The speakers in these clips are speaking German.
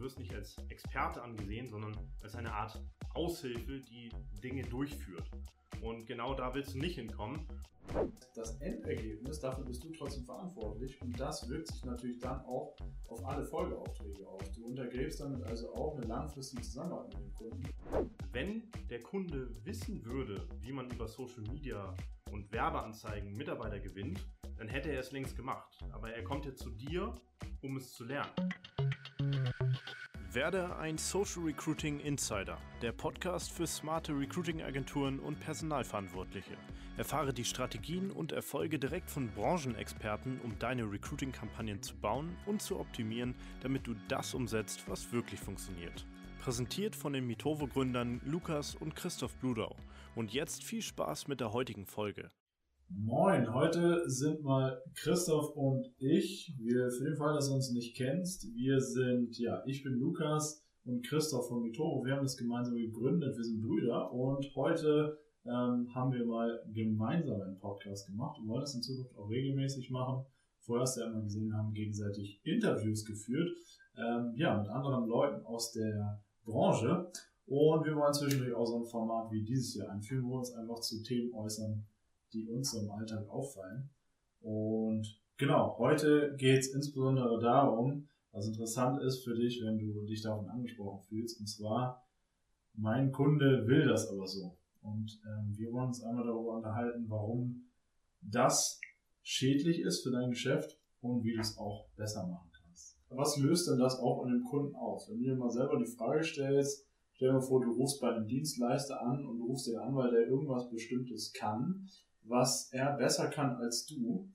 wirst nicht als Experte angesehen, sondern als eine Art Aushilfe, die Dinge durchführt. Und genau da willst du nicht hinkommen. Das Endergebnis, dafür bist du trotzdem verantwortlich und das wirkt sich natürlich dann auch auf alle Folgeaufträge aus. Du untergräbst damit also auch eine langfristige Zusammenarbeit mit dem Kunden. Wenn der Kunde wissen würde, wie man über Social Media und Werbeanzeigen Mitarbeiter gewinnt, dann hätte er es längst gemacht. Aber er kommt jetzt zu dir, um es zu lernen. Werde ein Social Recruiting Insider, der Podcast für smarte Recruiting-Agenturen und Personalverantwortliche. Erfahre die Strategien und Erfolge direkt von Branchenexperten, um deine Recruiting-Kampagnen zu bauen und zu optimieren, damit du das umsetzt, was wirklich funktioniert. Präsentiert von den Mitovo-Gründern Lukas und Christoph Bludau. Und jetzt viel Spaß mit der heutigen Folge. Moin, heute sind mal Christoph und ich. Für den Fall, dass du uns nicht kennst, ich bin Lukas und Christoph von Mitovo. Wir haben das gemeinsam gegründet, wir sind Brüder und heute haben wir mal gemeinsam einen Podcast gemacht und wollen das in Zukunft auch regelmäßig machen. Vorher hast du ja immer gesehen, wir haben gegenseitig Interviews geführt, mit anderen Leuten aus der Branche. Und wir wollen zwischendurch auch so ein Format wie dieses hier einführen, wo wir uns einfach zu Themen äußern, die uns so im Alltag auffallen. Und genau, heute geht es insbesondere darum, was interessant ist für dich, wenn du dich davon angesprochen fühlst, und zwar, mein Kunde will das aber so. Und wir wollen uns einmal darüber unterhalten, warum das schädlich ist für dein Geschäft und wie du es auch besser machen kannst. Was löst denn das auch an dem Kunden aus? Wenn du dir mal selber die Frage stellst, stell dir vor, du rufst bei einem Dienstleister an und du rufst den an, weil der irgendwas Bestimmtes kann, was er besser kann als du,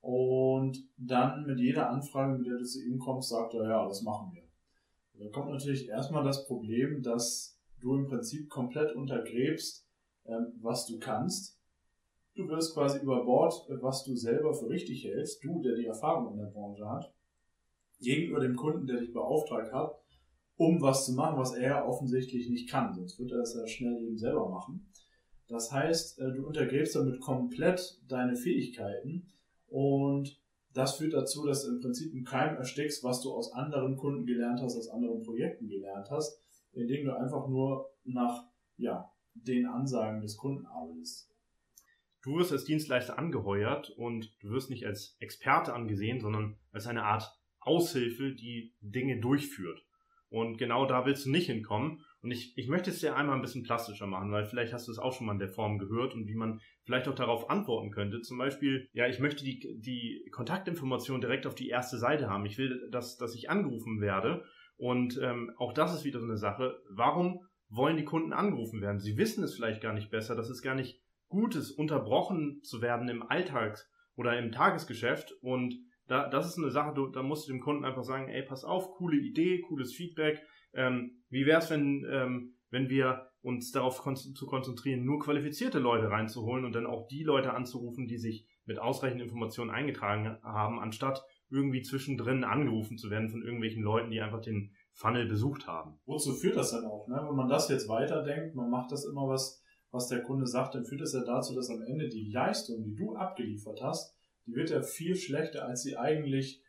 und dann mit jeder Anfrage, mit der du zu ihm kommst, sagt er, ja, das machen wir. Da kommt natürlich erstmal das Problem, dass du im Prinzip komplett untergräbst, was du kannst. Du wirst quasi über Bord, was du selber für richtig hältst, du, der die Erfahrung in der Branche hat, gegenüber dem Kunden, der dich beauftragt hat, um was zu machen, was er offensichtlich nicht kann. Sonst wird er es ja schnell eben selber machen. Das heißt, du untergräbst damit komplett deine Fähigkeiten und das führt dazu, dass du im Prinzip im Keim erstickst, was du aus anderen Kunden gelernt hast, aus anderen Projekten gelernt hast, indem du einfach nur nach den Ansagen des Kunden arbeitest. Du wirst als Dienstleister angeheuert und du wirst nicht als Experte angesehen, sondern als eine Art Aushilfe, die Dinge durchführt. Und genau da willst du nicht hinkommen. Und ich möchte es dir einmal ein bisschen plastischer machen, weil vielleicht hast du es auch schon mal in der Form gehört und wie man vielleicht auch darauf antworten könnte. Zum Beispiel, ich möchte die Kontaktinformation direkt auf die erste Seite haben. Ich will, dass ich angerufen werde. Und auch das ist wieder so eine Sache. Warum wollen die Kunden angerufen werden? Sie wissen es vielleicht gar nicht besser. Das ist gar nicht gut ist, unterbrochen zu werden im Alltag oder im Tagesgeschäft. Und das ist eine Sache, da musst du dem Kunden einfach sagen, ey, pass auf, coole Idee, cooles Feedback. Wie wär's, wenn wir uns darauf zu konzentrieren, nur qualifizierte Leute reinzuholen und dann auch die Leute anzurufen, die sich mit ausreichend Informationen eingetragen haben, anstatt irgendwie zwischendrin angerufen zu werden von irgendwelchen Leuten, die einfach den Funnel besucht haben. Wozu führt das dann auch? Ne? Wenn man das jetzt weiterdenkt, man macht das immer was der Kunde sagt, dann führt es ja dazu, dass am Ende die Leistung, die du abgeliefert hast, die wird ja viel schlechter, als sie eigentlich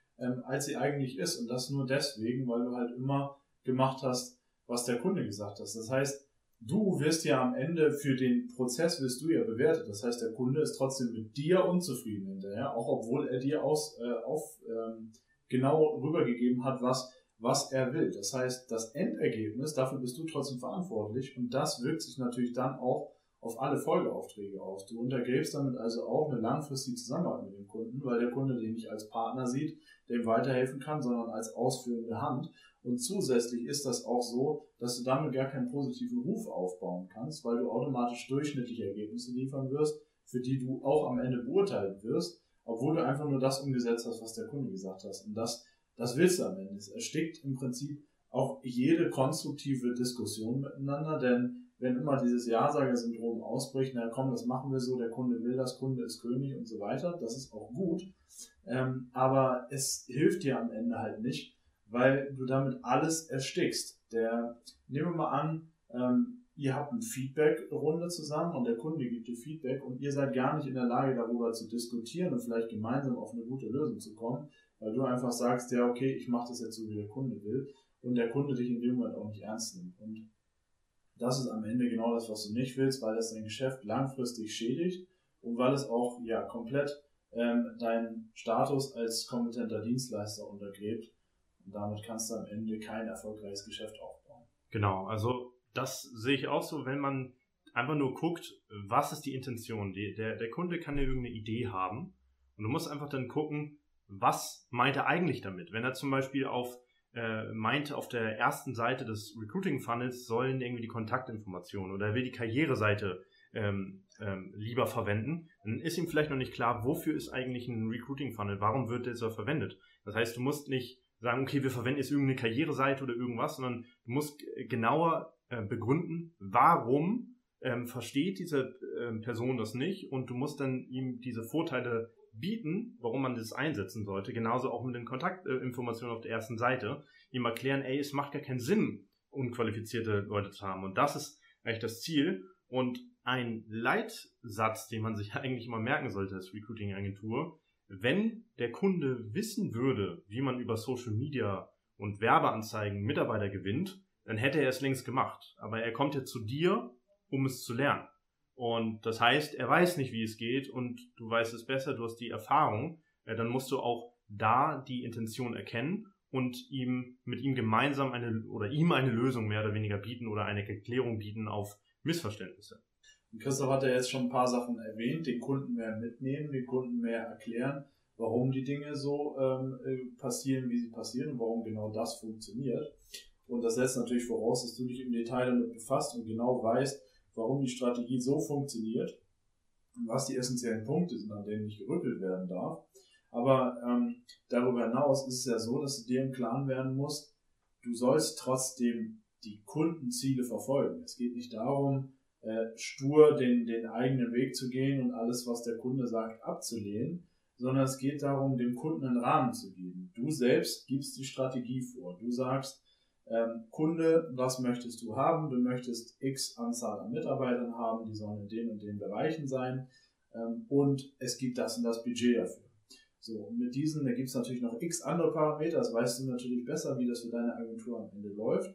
ist. Und das nur deswegen, weil du halt immer gemacht hast, was der Kunde gesagt hat. Das heißt, du wirst ja am Ende für den Prozess wirst du ja bewertet. Das heißt, der Kunde ist trotzdem mit dir unzufrieden hinterher, auch obwohl er dir genau rübergegeben hat, was er will. Das heißt, das Endergebnis, dafür bist du trotzdem verantwortlich und das wirkt sich natürlich dann auch auf alle Folgeaufträge aus. Du untergräbst damit also auch eine langfristige Zusammenarbeit mit dem Kunden, weil der Kunde den nicht als Partner sieht, der ihm weiterhelfen kann, sondern als ausführende Hand. Und zusätzlich ist das auch so, dass du damit gar keinen positiven Ruf aufbauen kannst, weil du automatisch durchschnittliche Ergebnisse liefern wirst, für die du auch am Ende beurteilt wirst, obwohl du einfach nur das umgesetzt hast, was der Kunde gesagt hat. Und das willst du am Ende. Es erstickt im Prinzip auch jede konstruktive Diskussion miteinander, denn wenn immer dieses Ja-Sager-Syndrom ausbricht, na komm, das machen wir so, der Kunde will das, Kunde ist König und so weiter, das ist auch gut, aber es hilft dir am Ende halt nicht, weil du damit alles erstickst. Nehmen wir mal an, ihr habt eine Feedback-Runde zusammen und der Kunde gibt dir Feedback und ihr seid gar nicht in der Lage, darüber zu diskutieren und vielleicht gemeinsam auf eine gute Lösung zu kommen, weil du einfach sagst, ja okay, ich mache das jetzt so, wie der Kunde will. und der Kunde dich in dem Moment auch nicht ernst nimmt. Und das ist am Ende genau das, was du nicht willst, weil das dein Geschäft langfristig schädigt und weil es auch komplett deinen Status als kompetenter Dienstleister untergräbt. Und damit kannst du am Ende kein erfolgreiches Geschäft aufbauen. Genau, also das sehe ich auch so, wenn man einfach nur guckt, was ist die Intention. Der Kunde kann ja irgendeine Idee haben und du musst einfach dann gucken, was meint er eigentlich damit. Wenn er zum Beispiel meint, auf der ersten Seite des Recruiting-Funnels sollen irgendwie die Kontaktinformationen oder er will die Karriereseite lieber verwenden, dann ist ihm vielleicht noch nicht klar, wofür ist eigentlich ein Recruiting-Funnel, warum wird der so verwendet. Das heißt, du musst nicht sagen, okay, wir verwenden jetzt irgendeine Karriereseite oder irgendwas, sondern du musst genauer begründen, warum versteht diese Person das nicht und du musst dann ihm diese Vorteile bieten, warum man das einsetzen sollte, genauso auch mit den Kontaktinformationen auf der ersten Seite, ihm erklären, es macht gar keinen Sinn, unqualifizierte Leute zu haben und das ist eigentlich das Ziel und ein Leitsatz, den man sich eigentlich immer merken sollte als Recruiting-Agentur, wenn der Kunde wissen würde, wie man über Social Media und Werbeanzeigen Mitarbeiter gewinnt, dann hätte er es längst gemacht. Aber er kommt ja zu dir, um es zu lernen. Und das heißt, er weiß nicht, wie es geht und du weißt es besser, du hast die Erfahrung. Dann musst du auch da die Intention erkennen und mit ihm gemeinsam ihm eine Lösung mehr oder weniger bieten oder eine Erklärung bieten auf Missverständnisse. Und Christoph hat ja jetzt schon ein paar Sachen erwähnt, den Kunden mehr mitnehmen, den Kunden mehr erklären, warum die Dinge so passieren, wie sie passieren und warum genau das funktioniert. Und das setzt natürlich voraus, dass du dich im Detail damit befasst und genau weißt, warum die Strategie so funktioniert und was die essentiellen Punkte sind, an denen nicht gerüttelt werden darf. Aber darüber hinaus ist es ja so, dass du dir im Klaren werden musst, du sollst trotzdem die Kundenziele verfolgen. Es geht nicht darum, stur den eigenen Weg zu gehen und alles, was der Kunde sagt, abzulehnen, sondern es geht darum, dem Kunden einen Rahmen zu geben. Du selbst gibst die Strategie vor. Du sagst, Kunde, was möchtest du haben? Du möchtest X Anzahl an Mitarbeitern haben, die sollen in den und den Bereichen sein und es gibt das und das Budget dafür. So, und mit diesen, da gibt es natürlich noch X andere Parameter, das weißt du natürlich besser, wie das für deine Agentur am Ende läuft,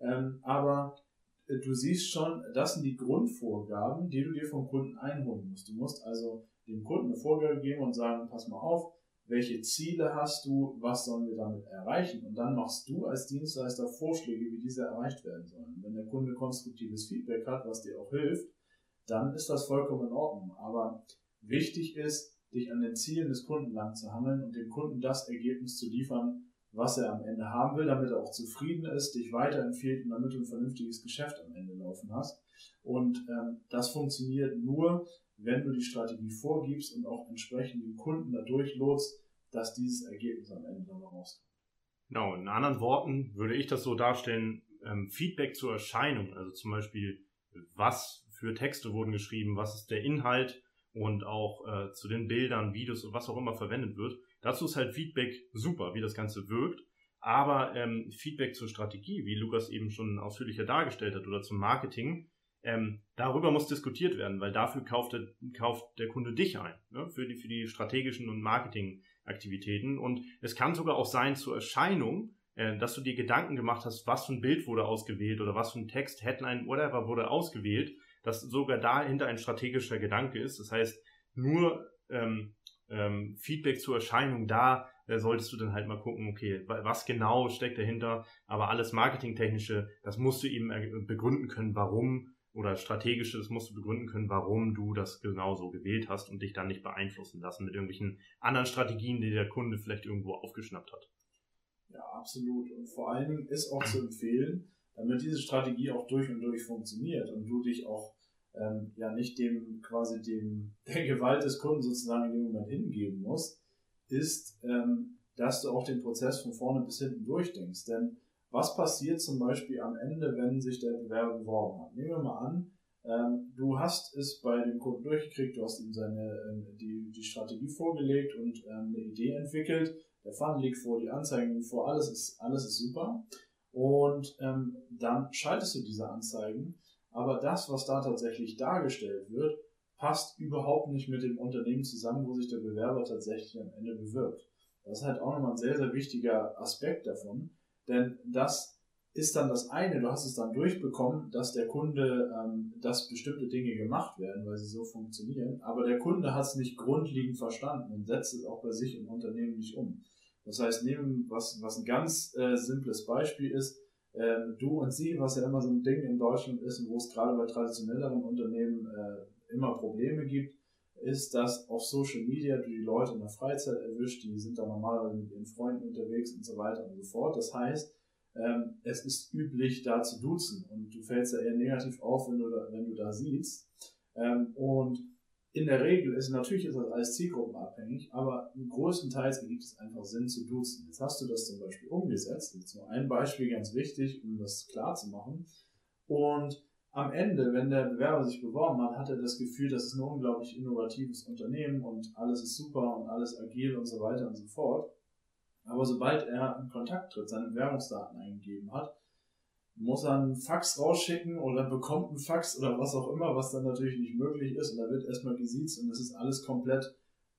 aber du siehst schon, das sind die Grundvorgaben, die du dir vom Kunden einholen musst. Du musst also dem Kunden eine Vorgabe geben und sagen, pass mal auf, welche Ziele hast du, was sollen wir damit erreichen? Und dann machst du als Dienstleister Vorschläge, wie diese erreicht werden sollen. Wenn der Kunde konstruktives Feedback hat, was dir auch hilft, dann ist das vollkommen in Ordnung. Aber wichtig ist, dich an den Zielen des Kunden lang zu hangeln und dem Kunden das Ergebnis zu liefern, was er am Ende haben will, damit er auch zufrieden ist, dich weiterempfiehlt und damit du ein vernünftiges Geschäft am Ende laufen hast. Und das funktioniert nur, wenn du die Strategie vorgibst und auch entsprechend den Kunden dadurch lotst, dass dieses Ergebnis am Ende dann rauskommt. Genau, in anderen Worten würde ich das so darstellen, Feedback zur Erscheinung, also zum Beispiel, was für Texte wurden geschrieben, was ist der Inhalt und auch zu den Bildern, Videos und was auch immer verwendet wird. Dazu ist halt Feedback super, wie das Ganze wirkt, aber Feedback zur Strategie, wie Lukas eben schon ausführlicher dargestellt hat, oder zum Marketing, darüber muss diskutiert werden, weil dafür kauft der Kunde dich ein, ne? für die strategischen und Marketingaktivitäten. Und es kann sogar auch sein zur Erscheinung, dass du dir Gedanken gemacht hast, was für ein Bild wurde ausgewählt oder was für ein Text, Headline, whatever wurde ausgewählt, dass sogar dahinter ein strategischer Gedanke ist. Das heißt, nur Feedback zur Erscheinung, da solltest du dann halt mal gucken, okay, was genau steckt dahinter, aber alles Marketingtechnische, das musst du eben begründen können, warum, oder strategische, das musst du begründen können, warum du das genau so gewählt hast und dich dann nicht beeinflussen lassen mit irgendwelchen anderen Strategien, die der Kunde vielleicht irgendwo aufgeschnappt hat. Ja, absolut. Und vor allen Dingen ist auch zu empfehlen, damit diese Strategie auch durch und durch funktioniert und du dich auch nicht der Gewalt des Kunden sozusagen in dem Moment hingeben musst, ist, dass du auch den Prozess von vorne bis hinten durchdenkst. Denn was passiert zum Beispiel am Ende, wenn sich der Bewerber beworben hat? Nehmen wir mal an, du hast es bei dem Kunden durchgekriegt, du hast ihm die Strategie vorgelegt und eine Idee entwickelt, der Funnel liegt vor, die Anzeigen liegen vor, alles ist super. Und dann schaltest du diese Anzeigen, aber das, was da tatsächlich dargestellt wird, passt überhaupt nicht mit dem Unternehmen zusammen, wo sich der Bewerber tatsächlich am Ende bewirbt. Das ist halt auch nochmal ein sehr, sehr wichtiger Aspekt davon, Denn das ist dann das eine, du hast es dann durchbekommen, dass der Kunde, dass bestimmte Dinge gemacht werden, weil sie so funktionieren, aber der Kunde hat es nicht grundlegend verstanden und setzt es auch bei sich im Unternehmen nicht um. Das heißt, nehmen, was ein ganz simples Beispiel ist, du und sie, was ja immer so ein Ding in Deutschland ist und wo es gerade bei traditionelleren Unternehmen immer Probleme gibt, ist, dass auf Social Media du die Leute in der Freizeit erwischt, die sind da normalerweise mit ihren Freunden unterwegs und so weiter und so fort. Das heißt, es ist üblich, da zu duzen und du fällst ja eher negativ auf, wenn du da siehst. Und in der Regel ist das alles zielgruppenabhängig, aber größtenteils ergibt es einfach Sinn zu duzen. Jetzt hast du das zum Beispiel umgesetzt. Jetzt nur ein Beispiel ganz wichtig, um das klar zu machen. Und am Ende, wenn der Bewerber sich beworben hat, hat er das Gefühl, das ist ein unglaublich innovatives Unternehmen und alles ist super und alles agil und so weiter und so fort. Aber sobald er in Kontakt tritt, seine Bewerbungsdaten eingegeben hat, muss er einen Fax rausschicken oder bekommt einen Fax oder was auch immer, was dann natürlich nicht möglich ist. Und da wird erstmal gesiezt und das ist alles komplett,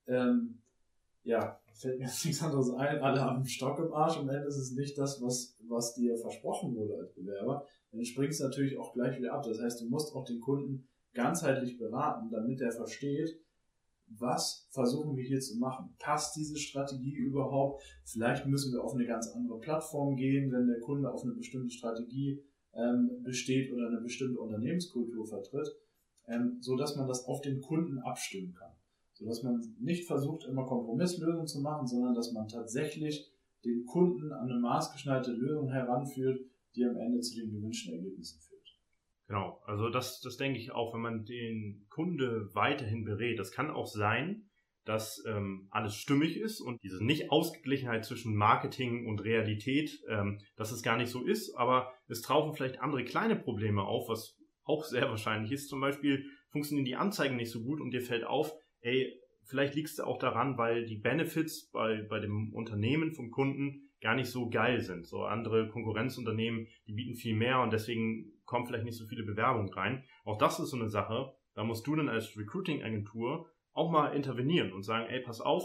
fällt mir jetzt nichts anderes ein, alle haben einen Stock im Arsch. Am Ende ist es nicht das, was dir versprochen wurde als Bewerber. Dann springst du natürlich auch gleich wieder ab. Das heißt, du musst auch den Kunden ganzheitlich beraten, damit er versteht, was versuchen wir hier zu machen? Passt diese Strategie überhaupt? Vielleicht müssen wir auf eine ganz andere Plattform gehen, wenn der Kunde auf eine bestimmte Strategie besteht oder eine bestimmte Unternehmenskultur vertritt, so dass man das auf den Kunden abstimmen kann. So dass man nicht versucht, immer Kompromisslösungen zu machen, sondern dass man tatsächlich den Kunden an eine maßgeschneiderte Lösung heranführt, die am Ende zu den gewünschten Ergebnissen führt. Genau, also das denke ich auch, wenn man den Kunde weiterhin berät. Das kann auch sein, dass alles stimmig ist und diese Nicht-Ausgeglichenheit zwischen Marketing und Realität, dass es gar nicht so ist, aber es tauchen vielleicht andere kleine Probleme auf, was auch sehr wahrscheinlich ist. Zum Beispiel funktionieren die Anzeigen nicht so gut und dir fällt auf, vielleicht liegt es auch daran, weil die Benefits bei dem Unternehmen vom Kunden gar nicht so geil sind. So andere Konkurrenzunternehmen, die bieten viel mehr und deswegen kommen vielleicht nicht so viele Bewerbungen rein. Auch das ist so eine Sache, da musst du dann als Recruiting-Agentur auch mal intervenieren und sagen, pass auf,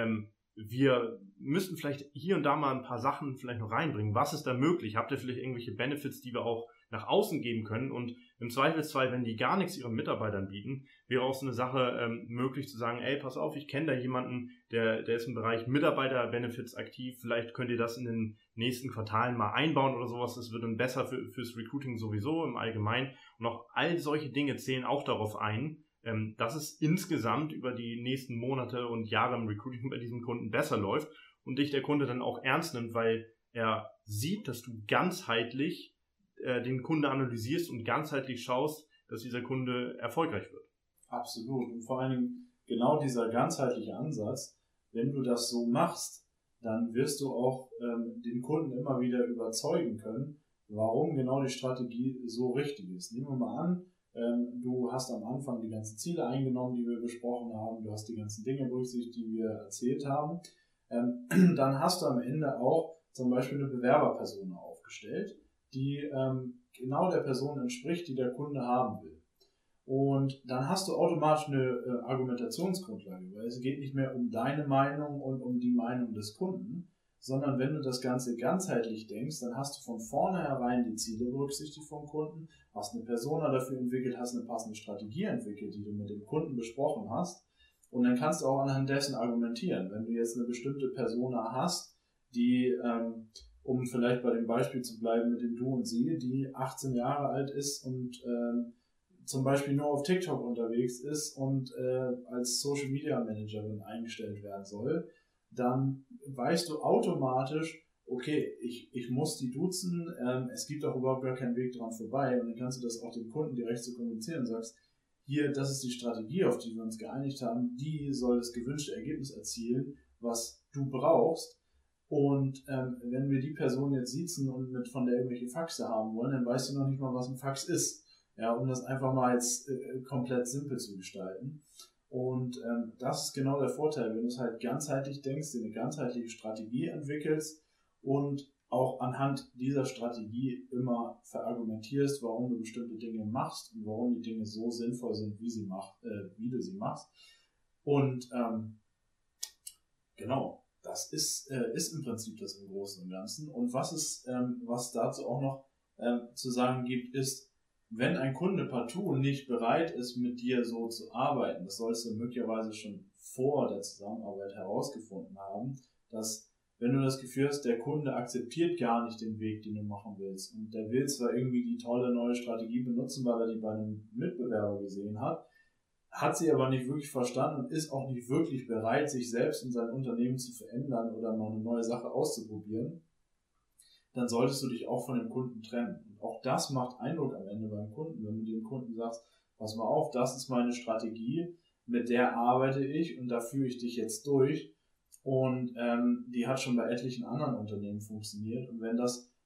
wir müssten vielleicht hier und da mal ein paar Sachen vielleicht noch reinbringen. Was ist da möglich? Habt ihr vielleicht irgendwelche Benefits, die wir auch nach außen geben können? Und im Zweifelsfall, wenn die gar nichts ihren Mitarbeitern bieten, wäre auch so eine Sache möglich zu sagen, pass auf, ich kenne da jemanden, der ist im Bereich Mitarbeiter-Benefits aktiv. Vielleicht könnt ihr das in den nächsten Quartalen mal einbauen oder sowas. Das wird dann besser fürs Recruiting sowieso im Allgemeinen. Und auch all solche Dinge zählen auch darauf ein, dass es insgesamt über die nächsten Monate und Jahre im Recruiting bei diesem Kunden besser läuft und dich der Kunde dann auch ernst nimmt, weil er sieht, dass du ganzheitlich den Kunde analysierst und ganzheitlich schaust, dass dieser Kunde erfolgreich wird. Absolut. Und vor allen Dingen genau dieser ganzheitliche Ansatz, wenn du das so machst, dann wirst du auch den Kunden immer wieder überzeugen können, warum genau die Strategie so richtig ist. Nehmen wir mal an, du hast am Anfang die ganzen Ziele eingenommen, die wir besprochen haben, du hast die ganzen Dinge berücksichtigt, die wir erzählt haben. Dann hast du am Ende auch zum Beispiel eine Bewerberpersona aufgestellt, die genau der Person entspricht, die der Kunde haben will. Und dann hast du automatisch eine Argumentationsgrundlage, weil es geht nicht mehr um deine Meinung und um die Meinung des Kunden, sondern wenn du das Ganze ganzheitlich denkst, dann hast du von vornherein die Ziele berücksichtigt vom Kunden, hast eine Persona dafür entwickelt, hast eine passende Strategie entwickelt, die du mit dem Kunden besprochen hast, und dann kannst du auch anhand dessen argumentieren. Wenn du jetzt eine bestimmte Persona hast, die, um vielleicht bei dem Beispiel zu bleiben mit dem Du und Sie, die 18 Jahre alt ist und zum Beispiel nur auf TikTok unterwegs ist und als Social Media Managerin eingestellt werden soll, dann weißt du automatisch, okay, ich muss die duzen, es gibt auch überhaupt gar keinen Weg dran vorbei, und dann kannst du das auch dem Kunden direkt so kommunizieren und sagst, hier, das ist die Strategie, auf die wir uns geeinigt haben, die soll das gewünschte Ergebnis erzielen, was du brauchst, und wenn wir die Person jetzt siezen und von der irgendwelche Faxe haben wollen, dann weißt du noch nicht mal, was ein Fax ist, ja, um das einfach mal jetzt komplett simpel zu gestalten. Und das ist genau der Vorteil, wenn du es halt ganzheitlich denkst, dir eine ganzheitliche Strategie entwickelst und auch anhand dieser Strategie immer verargumentierst, warum du bestimmte Dinge machst und warum die Dinge so sinnvoll sind, wie du sie machst. Und genau, das ist im Prinzip das im Großen und Ganzen. Und was dazu auch noch zu sagen gibt, ist, wenn ein Kunde partout nicht bereit ist, mit dir so zu arbeiten, das sollst du möglicherweise schon vor der Zusammenarbeit herausgefunden haben, dass wenn du das Gefühl hast, der Kunde akzeptiert gar nicht den Weg, den du machen willst, und der will zwar irgendwie die tolle neue Strategie benutzen, weil er die bei einem Mitbewerber gesehen hat sie aber nicht wirklich verstanden und ist auch nicht wirklich bereit, sich selbst und sein Unternehmen zu verändern oder mal eine neue Sache auszuprobieren, dann solltest du dich auch von dem Kunden trennen. Und auch das macht Eindruck am Ende beim Kunden, wenn du dem Kunden sagst, pass mal auf, das ist meine Strategie, mit der arbeite ich und da führe ich dich jetzt durch. Und die hat schon bei etlichen anderen Unternehmen funktioniert. Und wenn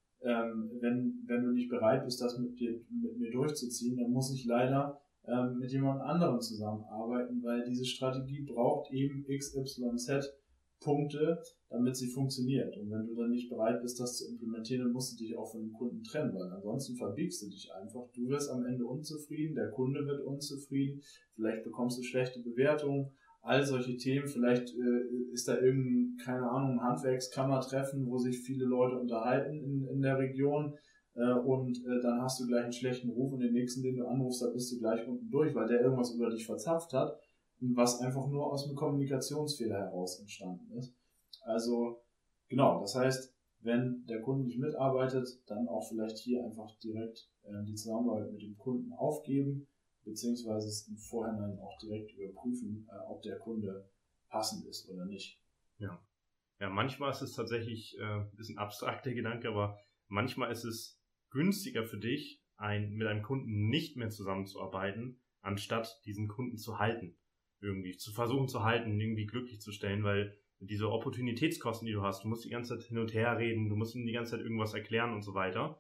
du nicht bereit bist, das mit mir durchzuziehen, dann muss ich leider mit jemand anderem zusammenarbeiten, weil diese Strategie braucht eben XYZ Punkte, damit sie funktioniert. Und wenn du dann nicht bereit bist, das zu implementieren, dann musst du dich auch von dem Kunden trennen, weil ansonsten verbiegst du dich einfach. Du wirst am Ende unzufrieden, der Kunde wird unzufrieden, vielleicht bekommst du schlechte Bewertungen, all solche Themen. Vielleicht ist da keine Ahnung, ein Handwerkskammertreffen, wo sich viele Leute unterhalten in der Region. Und dann hast du gleich einen schlechten Ruf und den nächsten, den du anrufst, da bist du gleich unten durch, weil der irgendwas über dich verzapft hat, was einfach nur aus einem Kommunikationsfehler heraus entstanden ist. Also genau, das heißt, wenn der Kunde nicht mitarbeitet, dann auch vielleicht hier einfach direkt die Zusammenarbeit mit dem Kunden aufgeben, beziehungsweise es im Vorhinein auch direkt überprüfen, ob der Kunde passend ist oder nicht. Ja, manchmal ist es tatsächlich ein bisschen abstrakter Gedanke, aber manchmal ist es günstiger für dich, mit einem Kunden nicht mehr zusammenzuarbeiten, anstatt diesen Kunden zu halten. Irgendwie zu versuchen zu halten, irgendwie glücklich zu stellen, weil diese Opportunitätskosten, die du hast, du musst die ganze Zeit hin und her reden, du musst ihm die ganze Zeit irgendwas erklären und so weiter,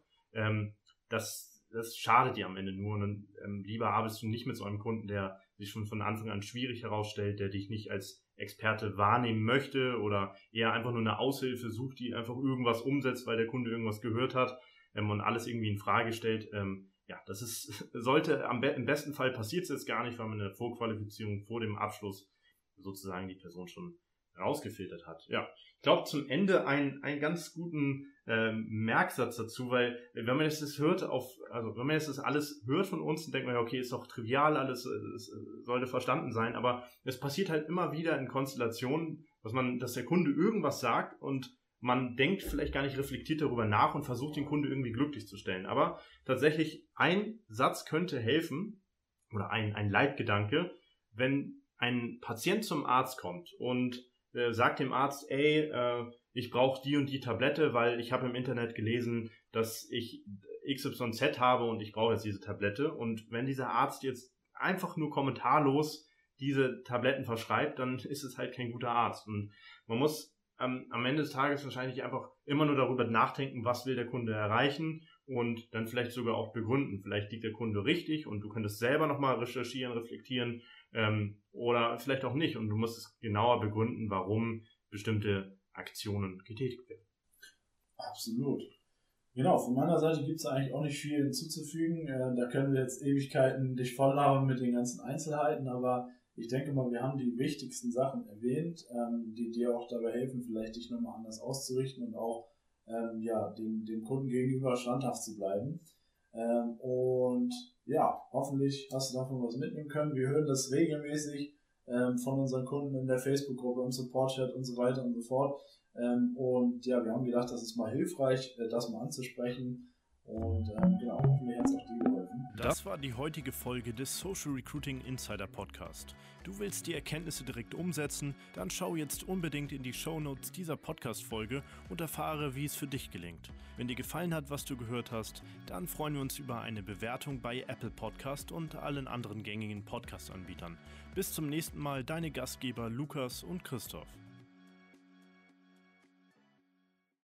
das schadet dir am Ende nur. Und dann lieber arbeitest du nicht mit so einem Kunden, der sich schon von Anfang an schwierig herausstellt, der dich nicht als Experte wahrnehmen möchte oder eher einfach nur eine Aushilfe sucht, die einfach irgendwas umsetzt, weil der Kunde irgendwas gehört hat und alles irgendwie in Frage stellt. Sollte im besten Fall passiert es jetzt gar nicht, weil man eine Vorqualifizierung vor dem Abschluss sozusagen die Person schon rausgefiltert hat. Ja, ich glaube zum Ende einen ganz guten Merksatz dazu, weil wenn man jetzt das hört, wenn man jetzt das alles hört von uns, dann denkt man ja, okay, ist doch trivial, alles sollte verstanden sein, aber es passiert halt immer wieder in Konstellationen, dass der Kunde irgendwas sagt und man denkt vielleicht gar nicht reflektiert darüber nach und versucht den Kunde irgendwie glücklich zu stellen. Aber tatsächlich ein Satz könnte helfen oder ein Leitgedanke, wenn ein Patient zum Arzt kommt und sagt dem Arzt, ich brauche die und die Tablette, weil ich habe im Internet gelesen, dass ich XYZ habe und ich brauche jetzt diese Tablette. Und wenn dieser Arzt jetzt einfach nur kommentarlos diese Tabletten verschreibt, dann ist es halt kein guter Arzt. Und man muss am Ende des Tages wahrscheinlich einfach immer nur darüber nachdenken, was will der Kunde erreichen und dann vielleicht sogar auch begründen. Vielleicht liegt der Kunde richtig und du könntest selber nochmal recherchieren, reflektieren oder vielleicht auch nicht und du musst es genauer begründen, warum bestimmte Aktionen getätigt werden. Absolut. Genau, von meiner Seite gibt es eigentlich auch nicht viel hinzuzufügen. Da können wir jetzt Ewigkeiten dich volllabern mit den ganzen Einzelheiten, aber ich denke mal, wir haben die wichtigsten Sachen erwähnt, die dir auch dabei helfen, vielleicht dich nochmal anders auszurichten und auch dem Kunden gegenüber standhaft zu bleiben. Und ja, hoffentlich hast du davon was mitnehmen können. Wir hören das regelmäßig von unseren Kunden in der Facebook-Gruppe, im Support-Chat und so weiter und so fort. Und ja, wir haben gedacht, das ist mal hilfreich, das mal anzusprechen. Und genau, hoffentlich hat es auch dir geholfen. Das war die heutige Folge des Social Recruiting Insider Podcast. Du willst die Erkenntnisse direkt umsetzen? Dann schau jetzt unbedingt in die Shownotes dieser Podcast-Folge und erfahre, wie es für dich gelingt. Wenn dir gefallen hat, was du gehört hast, dann freuen wir uns über eine Bewertung bei Apple Podcast und allen anderen gängigen Podcast-Anbietern. Bis zum nächsten Mal, deine Gastgeber Lukas und Christoph.